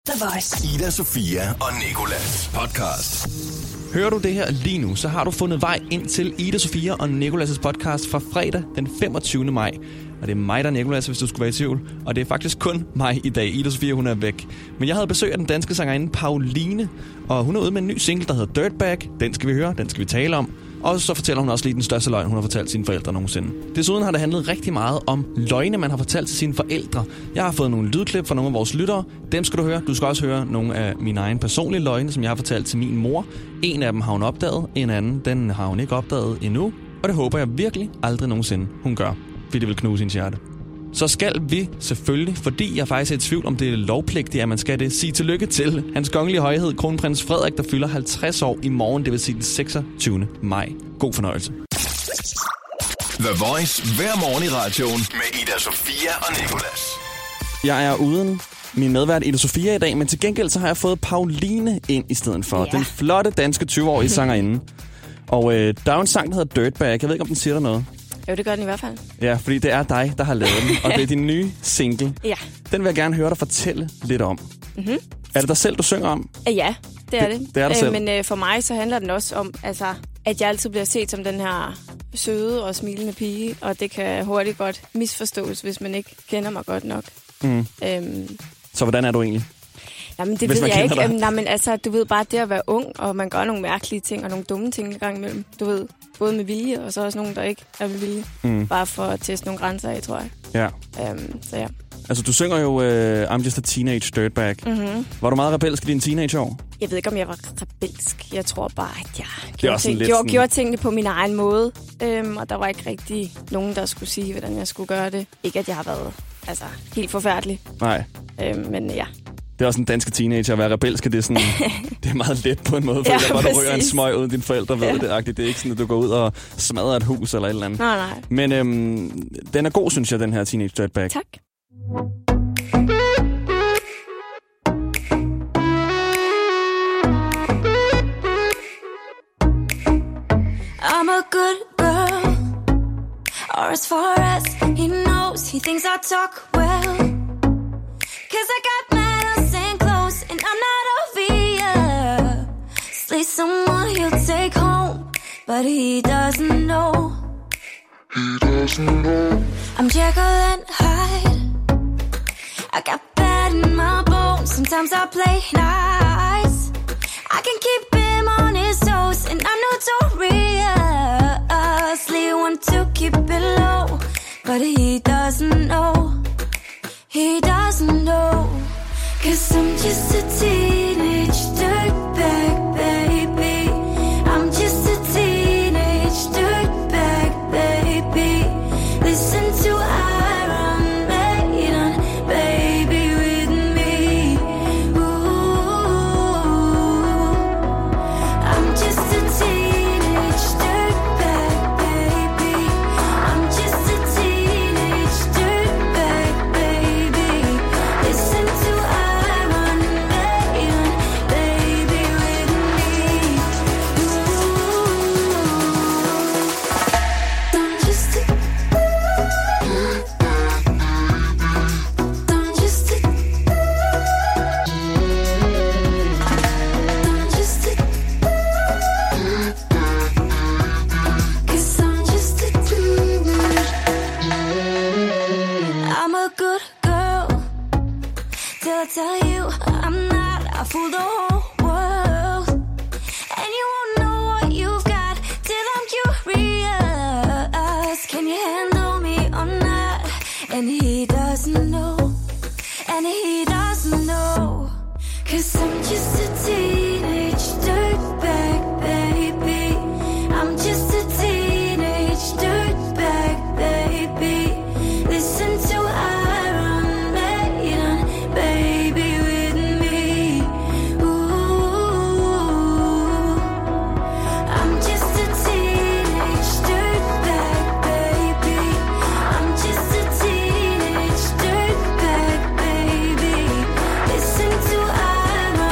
The Voice. Ida, Sofia og Nicolas podcast. Hører du det her lige nu, så har du fundet vej ind til Ida, Sofia og Nicolas' podcast fra fredag den 25. maj. Og det er mig, der er Nicolas, hvis du skulle være i tvivl. Og det er faktisk kun mig i dag. Ida, Sofia, hun er væk. Men jeg havde besøg af den danske sangerinde Pauline. Og hun er ude med en ny single, der hedder Dirtbag. Den skal vi høre, den skal vi tale om. Og så fortæller hun også lige den største løgn, hun har fortalt sine forældre nogensinde. Desuden har det handlet rigtig meget om løgne, man har fortalt til sine forældre. Jeg har fået nogle lydklip fra nogle af vores lyttere. Dem skal du høre. Du skal også høre nogle af mine egne personlige løgne, som jeg har fortalt til min mor. En af dem har hun opdaget, en anden den har hun ikke opdaget endnu. Og det håber jeg virkelig aldrig nogensinde, hun gør. Fordi det vil knuse hendes hjerte. Så skal vi selvfølgelig, fordi jeg faktisk er i tvivl om det er lovpligtigt, at man skal det, sige tillykke til Hans Kongelige Højhed, kronprins Frederik, der fylder 50 år i morgen, det vil sige den 26. maj. God fornøjelse. The Voice hver morgen i radioen med Ida, Sofia og Nicolas. Jeg er uden min medvært Ida Sofia i dag, men til gengæld så har jeg fået Pauline ind i stedet for. Ja. Den flotte danske 20-årige sangerinde. Og der er jo en sang, der hedder Dirtbag. Jeg ved ikke, om den siger dig noget. Jo, det gør den i hvert fald. Ja, fordi det er dig, der har lavet den, og det er din nye single. Ja. Den vil jeg gerne høre dig fortælle lidt om. Mm-hmm. Er det dig selv, du synger om? Ja, det er det. Det er dig selv. Men for mig så handler den også om, altså, at jeg altid bliver set som den her søde og smilende pige, og det kan hurtigt godt misforstås, hvis man ikke kender mig godt nok. Mm. Så hvordan er du egentlig? Jamen, det ved jeg ikke. Men altså, du ved bare, det at være ung, og man gør nogle mærkelige ting og nogle dumme ting en gang imellem. Du ved, både med vilje, og så også nogen, der ikke er med vilje. Mm. Bare for at teste nogle grænser af, tror jeg. Ja. Så ja. Altså, du synger jo I'm Just a Teenage Dirtbag. Mm-hmm. Var du meget rebelsk i dine teenageår? Jeg ved ikke, om jeg var rebelsk. Jeg tror bare, at jeg gjorde tingene på min egen måde. Og der var ikke rigtig nogen, der skulle sige, hvordan jeg skulle gøre det. Ikke, at jeg har været helt forfærdelig. Nej. Men ja. Det er også en danske teenager at være rebelsk. Det er, sådan, det er meget let på en måde, for ja, du ryger en smøg ud, dine forældre ved det. Det er ikke sådan, at du går ud og smadrer et hus eller et eller andet. Nej. Men den er god, synes jeg, den her Teenage Dirtbag. Tak. I'm a good girl, or as far as he knows, he thinks I talk well. 'Cause I got manners and clothes, and I'm not obviously someone he'll take home, but he doesn't know. I'm Jekyll and Hyde. I got bad in my bones. Sometimes I play nice. I can keep him on his toes, and I'm notoriously want to keep it low, but he doesn't know. He doesn't know. 'Cause I'm just a teenage dirtbag, baby. I'm just a teenage dirtbag, baby. Listen to Iron Maiden, baby, with me. Ooh, I'm just a teenage dirtbag, baby. I'm just a teenage dirtbag, baby. Listen to Iron Maiden, baby, with me. Ooh, I'm just a I'm a good girl till I tell you I'm not. I fool the whole world, and you won't know what you've got till I'm curious. Can you handle me or not? And he doesn't know, and he doesn't know. 'Cause I'm just a teenage dirtbag, baby. I'm just a teenage dirtbag, baby. Listen to Iron Maiden, baby, with me. Ooh, I'm just a teenage dirtbag, baby. I'm just a teenage dirtbag, baby. Listen to Iron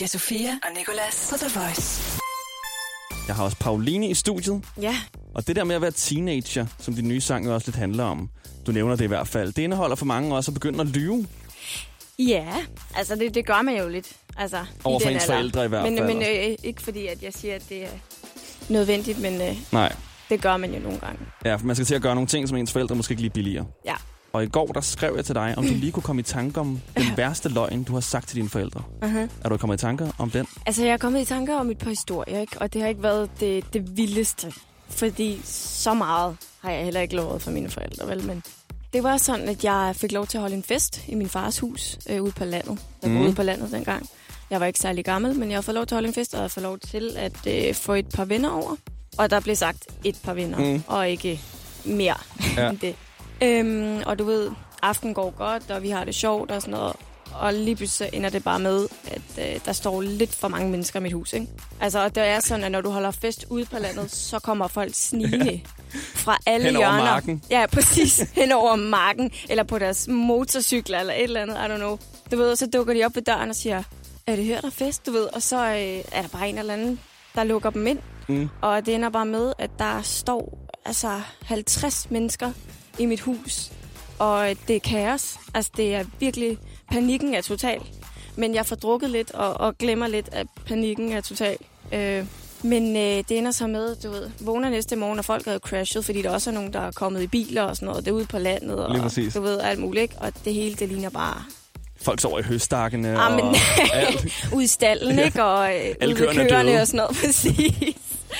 Ida Sofia og Nicolas på The Voice. Jeg har også Pauline i studiet. Ja. Og det der med at være teenager, som din nye sang jo også lidt handler om, du nævner det i hvert fald, det indeholder for mange også at begynde at lyve. Ja, altså det gør man jo lidt. Altså, overfor ens forældre i hvert fald. Men ikke fordi, at jeg siger, at det er nødvendigt, men nej. Det gør man jo nogle gange. Ja, for man skal til at gøre nogle ting, som ens forældre måske ikke lige billiger. Ja. Og i går, der skrev jeg til dig, om du lige kunne komme i tanke om den værste løgn, du har sagt til dine forældre. Er du kommet i tanker om den? Altså, jeg er kommet i tanker om et par historier, ikke? Og det har ikke været det vildeste. Fordi så meget har jeg heller ikke lovet for mine forældre, vel? Men det var sådan, at jeg fik lov til at holde en fest i min fars hus ude på landet. Jeg boede ude på landet dengang. Jeg var ikke særlig gammel, men jeg har fået lov til at holde en fest, og jeg får lov til at få et par venner over. Og der blev sagt et par venner, og ikke mere end det. Og du ved, aften går godt, og vi har det sjovt og sådan noget. Og lige pludselig ender det bare med, at der står lidt for mange mennesker i mit hus, ikke? Altså, og det er sådan, at når du holder fest ude på landet, så kommer folk snigende fra alle hjørner. Hen over marken. Ja, præcis. Hen over marken. Eller på deres motorcykler, eller et eller andet, I don't know. Du ved, og så dukker de op ved døren og siger, er det her, der er fest, du ved? Og så er der bare en eller anden, der lukker dem ind. Og det ender bare med, at der står 50 mennesker i mit hus. Og det er kaos. Altså, det er virkelig... Panikken er total. Men jeg får drukket lidt og glemmer lidt, at panikken er total. Men det ender så med, du ved, vågner næste morgen, og folk er jo crashet, fordi der også er nogen, der er kommet i biler og sådan noget. Det er ude på landet, og du ved, alt muligt, ikke? Og det hele, det ligner bare... Folk sover i høstakkene og alt. Ude i stallen, ikke? Og ude ved køerne og sådan noget, præcis.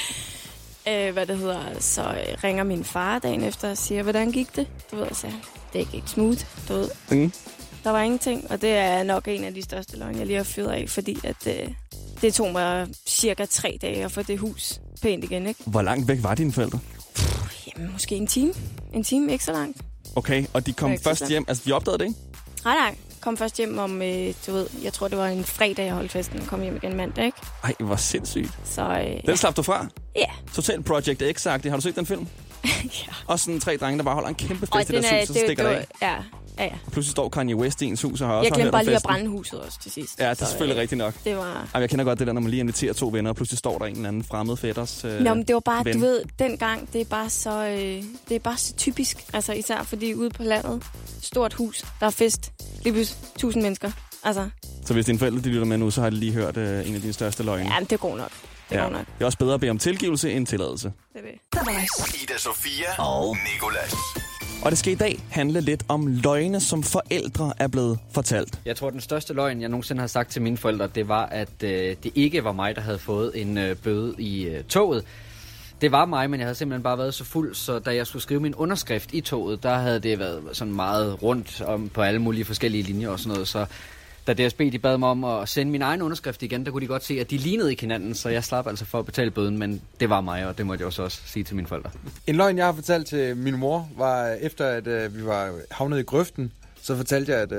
Så ringer min far dagen efter og siger, hvordan gik det? Du ved, så det gik smooth, du ved. Der var ingenting, og det er nok en af de største løgne, jeg lige har fyret af, fordi at, det tog mig cirka 3 dage at få det hus pænt igen, ikke? Hvor langt væk var dine forældre? Jamen, måske en time. En time, ikke så langt. Okay, og de kom først hjem, altså de opdagede det, ikke? Nej. Kom først hjem om, du ved, jeg tror, det var en fredag, jeg holdt festen, og kom hjem igen mandag, ikke? Ej, hvor sindssygt. Så, den slap du fra? Ja. Total Project X-agtigt. Har du set den film? Ja. Også sådan 3 drenge, der bare holder en kæmpe fest i deres hus, så stikker det af. Ja. Pludselig står Kanye West i ens hus og har også jeg glemte bare lige at brænde huset også til sidst. Ja, det er selvfølgelig rigtigt nok. Det var... Jeg kender godt det der, når man lige inviterer 2 venner, og pludselig står der en eller anden fremmed fætters Nå, men det var bare, ven. Du ved, dengang, det er bare så typisk. Altså især fordi ude på landet, stort hus, der er fest, lige pludselig 1000 mennesker. Altså. Så hvis dine forældre de lytter med nu, så har de lige hørt en af dine største løgne. Ja, det er god nok. Det er også bedre at bede om tilgivelse end tilladelse. Det er det. Ida Sofia og Nicolas. Og det skal i dag handle lidt om løgne, som forældre er blevet fortalt. Jeg tror, den største løgn, jeg nogensinde har sagt til mine forældre, det var, at det ikke var mig, der havde fået en bøde i toget. Det var mig, men jeg havde simpelthen bare været så fuld, så da jeg skulle skrive min underskrift i toget, der havde det været sådan meget rundt om på alle mulige forskellige linjer og sådan noget, så... Da DSB de bad mig om at sende min egen underskrift igen, der kunne de godt se, at de lignede ikke hinanden, så jeg slap altså for at betale bøden, men det var mig, og det måtte jeg også sige til mine forældre. En løgn, jeg har fortalt til min mor, var efter, at vi var havnet i grøften, så fortalte jeg,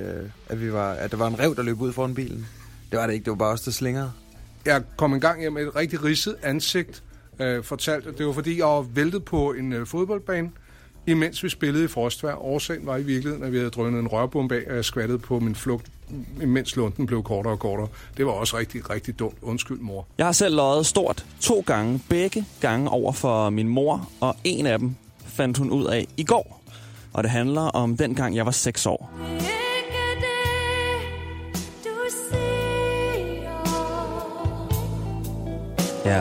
at der var en ræv, der løb ud foran bilen. Det var det ikke, det var bare os, der slingrede. Jeg kom en gang hjem med et rigtig ridset ansigt, fortalt, at det var fordi, jeg var væltet på en fodboldbane, imens vi spillede i frostvejr. Årsagen var i virkeligheden, at vi havde drønet en rørbombe af, og jeg skvattede på min flugt, imens lunden blev kortere og kortere. Det var også rigtig, rigtig dumt. Undskyld, mor. Jeg har selv løjet stort 2 gange, begge gange over for min mor, og en af dem fandt hun ud af i går. Og det handler om den gang, jeg var 6 år. Ja.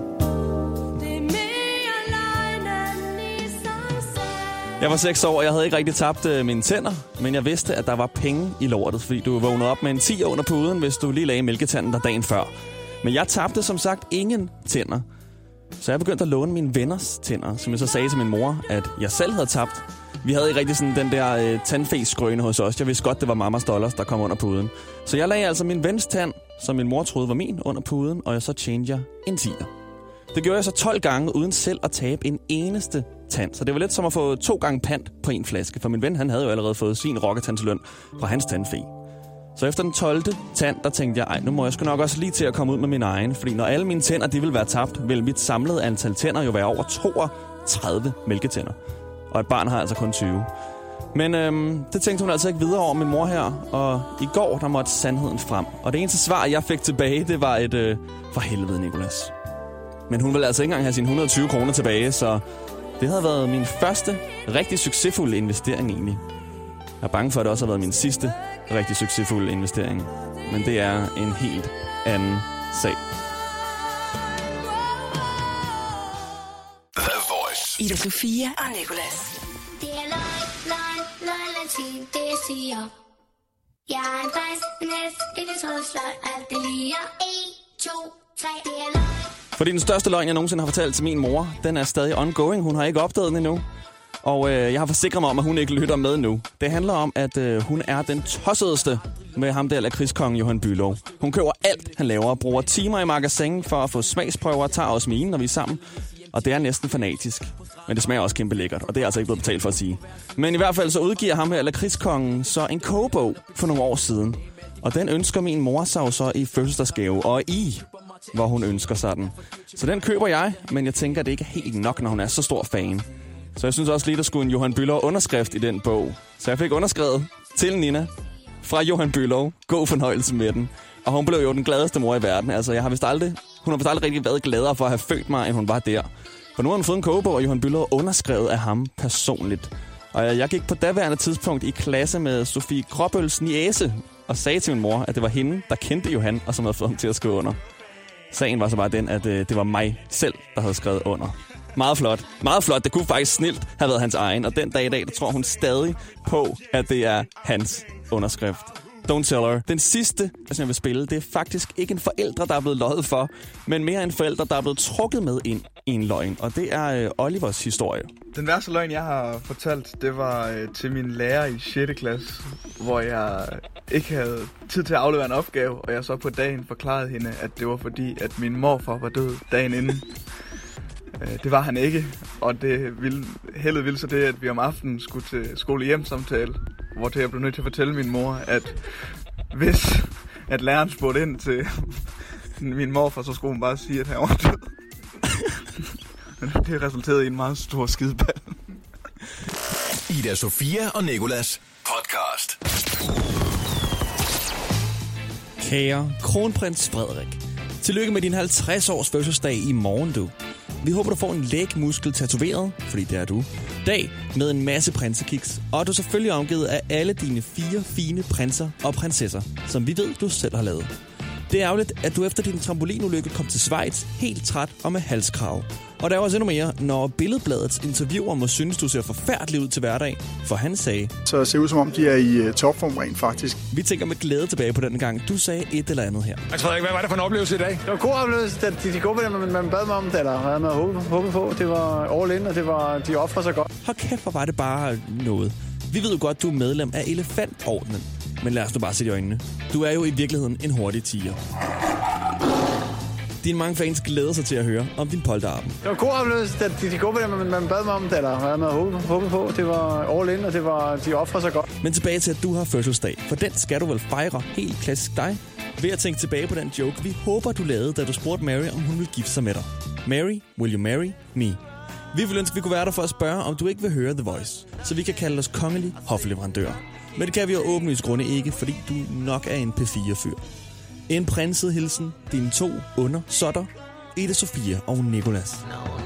Jeg var 6 år, og jeg havde ikke rigtig tabt mine tænder, men jeg vidste, at der var penge i lortet, fordi du vågnede op med en 10 under puden, hvis du lige lagde mælketanden der dagen før. Men jeg tabte som sagt ingen tænder. Så jeg begyndte at låne mine venners tænder, som jeg så sagde til min mor, at jeg selv havde tabt. Vi havde ikke rigtig sådan den der tandfæsgrøne hos os. Jeg vidste godt, det var mammas dollars, der kom under puden. Så jeg lagde altså min vens tand, som min mor troede var min, under puden, og så tjente jeg en 10'er. Det gjorde jeg så 12 gange, uden selv at tabe en eneste tand. Så det var lidt som at få 2 gange pant på en flaske, for min ven han havde jo allerede fået sin rockertandsløn fra hans tandfæ. Så efter den 12. tand, der tænkte jeg, nu må jeg sgu nok også lige til at komme ud med min egen, fordi når alle mine tænder de vil være tabt, vil mit samlede antal tænder jo være over 32 mælketænder. Og et barn har altså kun 20. Men det tænkte hun altså ikke videre over, min mor her. Og i går, der måtte sandheden frem. Og det eneste svar, jeg fik tilbage, det var et for helvede, Nicolas. Men hun ville altså ikke engang have sine 120 kroner tilbage, så det havde været min første rigtig succesfulde investering egentlig. Jeg er bange for, at det også har været min sidste rigtig succesfulde investering. Men det er en helt anden sag. The Voice. Ida Sofia og Nicolas. Det er løgn, det siger. Jeg er en bajs, det er trusler, alt det liger. 1, 2, 3, det er løgn. Fordi den største løgn, jeg nogensinde har fortalt til min mor, den er stadig ongoing. Hun har ikke opdaget den endnu. Og jeg har forsikret mig om, at hun ikke lytter med nu. Det handler om, at hun er den tossedeste med ham der lakridskongen Johan Bülow. Hun køber alt, han laver, og bruger timer i magasin for at få smagsprøver og tager også mine, når vi er sammen. Og det er næsten fanatisk. Men det smager også kæmpe lækkert, og det er altså ikke blevet betalt for at sige. Men i hvert fald så udgiver ham her lakridskongen så en kogebog for nogle år siden. Og den ønsker min mor sig jo så i fødselsdagsgave, og hvor hun ønsker sig den. Så den køber jeg, men jeg tænker, at det ikke er helt nok, når hun er så stor fan. Så jeg synes også lige, der skulle en Johan Bülow underskrift i den bog. Så jeg fik underskrevet til Nina fra Johan Bülow. God fornøjelse med den. Og hun blev jo den gladeste mor i verden. Altså, hun har vist aldrig rigtig været gladere for at have født mig, end hun var der. For nu har hun fået en kogebog af Johan Bülow underskrevet af ham personligt. Og jeg gik på daværende tidspunkt i klasse med Sofie Gråbøls niece og sagde til min mor, at det var hende, der kendte Johan, og som havde fået ham til at skrive under. Sagen var så bare den, at det var mig selv, der havde skrevet under. Meget flot. Meget flot. Det kunne faktisk snilt have været hans egen. Og den dag i dag, der tror hun stadig på, at det er hans underskrift. Don't tell her. Den sidste, som jeg vil spille, det er faktisk ikke en forældre, der er blevet løjet for, men mere en forælder, der er blevet trukket med ind i en løgn. Og det er Olivers historie. Den værste løgn, jeg har fortalt, det var til min lærer i 6. klasse, hvor jeg ikke havde tid til at aflevere en opgave, og jeg så på dagen forklarede hende, at det var fordi, at min morfar var død dagen inden. Det var han ikke, og heldet ville så det, at vi om aftenen skulle til skole-hjem-samtale, hvor jeg blev nødt til at fortælle min mor, at hvis at læreren spurgte ind til min morfar, så skulle hun bare sige, at han var død. Men det resulterede i en meget stor skideball. Ida Sofia og Nicolas podcast. Kære kronprins Frederik, tillykke med din 50-års fødselsdag i morgen, du. Vi håber, du får en lægmuskel tatoveret, fordi det er du, dag med en masse prinsekiks, og du er selvfølgelig omgivet af alle dine 4 fine prinser og prinsesser, som vi ved, du selv har lavet. Det er ærgerligt, at du efter din trampolinulykke kom til Schweiz helt træt og med halskrav. Og der er også endnu mere, når Billedbladets interviewer må synes, du ser forfærdelig ud til hverdag, for han sagde... Så det ser ud som om, de er i topform rent faktisk. Vi tænker med glæde tilbage på den gang. Du sagde et eller andet her. Jeg tror ikke, hvad var det for en oplevelse i dag? Det var en god oplevelse. De gode ved det, man bad mig om det, eller havde man håbet på. Det var all in, og de offrer sig godt. Hold kæft, hvor var det bare noget. Vi ved jo godt, du er medlem af Elefantordenen. Men lad os nu bare se i øjnene. Du er jo i virkeligheden en hurtig tiger. Dine mange fans glæder sig til at høre om din polterappen. Det var en god oplevelse. De gode ved det, man bad mig om det, eller havde man håbet på. Det var all in, og de offrer sig godt. Men tilbage til, at du har fødselsdag. For den skal du vel fejre helt klassisk dig. Ved at tænke tilbage på den joke, vi håber, du lavede, da du spurgte Mary, om hun ville gifte sig med dig. Mary, will you marry me? Vi vil ønske, at vi kunne være der for at spørge, om du ikke vil høre The Voice. Så vi kan kalde os kongelig hofleverandør. Men det kan vi jo åbenlyst grunde ikke, fordi du nok er en P4-fyr. En prinset hilsen, dine 2 undersåtter, Ida Sofia og Nicolas.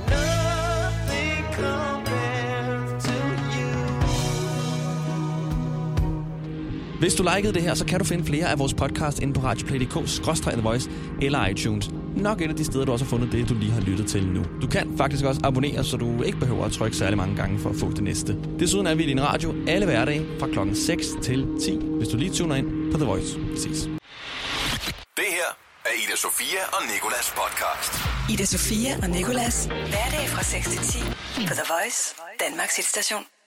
Hvis du likede det her, så kan du finde flere af vores podcast inde på radioplay.dk/The Voice eller iTunes. Nok et af de steder, du også har fundet det, du lige har lyttet til nu. Du kan faktisk også abonnere, så du ikke behøver at trykke særlig mange gange for at få det næste. Desuden er vi i din radio alle hverdage fra klokken 6 til 10, hvis du lige tuner ind på The Voice. Ses. Det her er Ida Sofia og Nicolas podcast. Ida Sofia og Nicolas. Hverdag fra 6 til 10 på The Voice, Danmarks hitstation.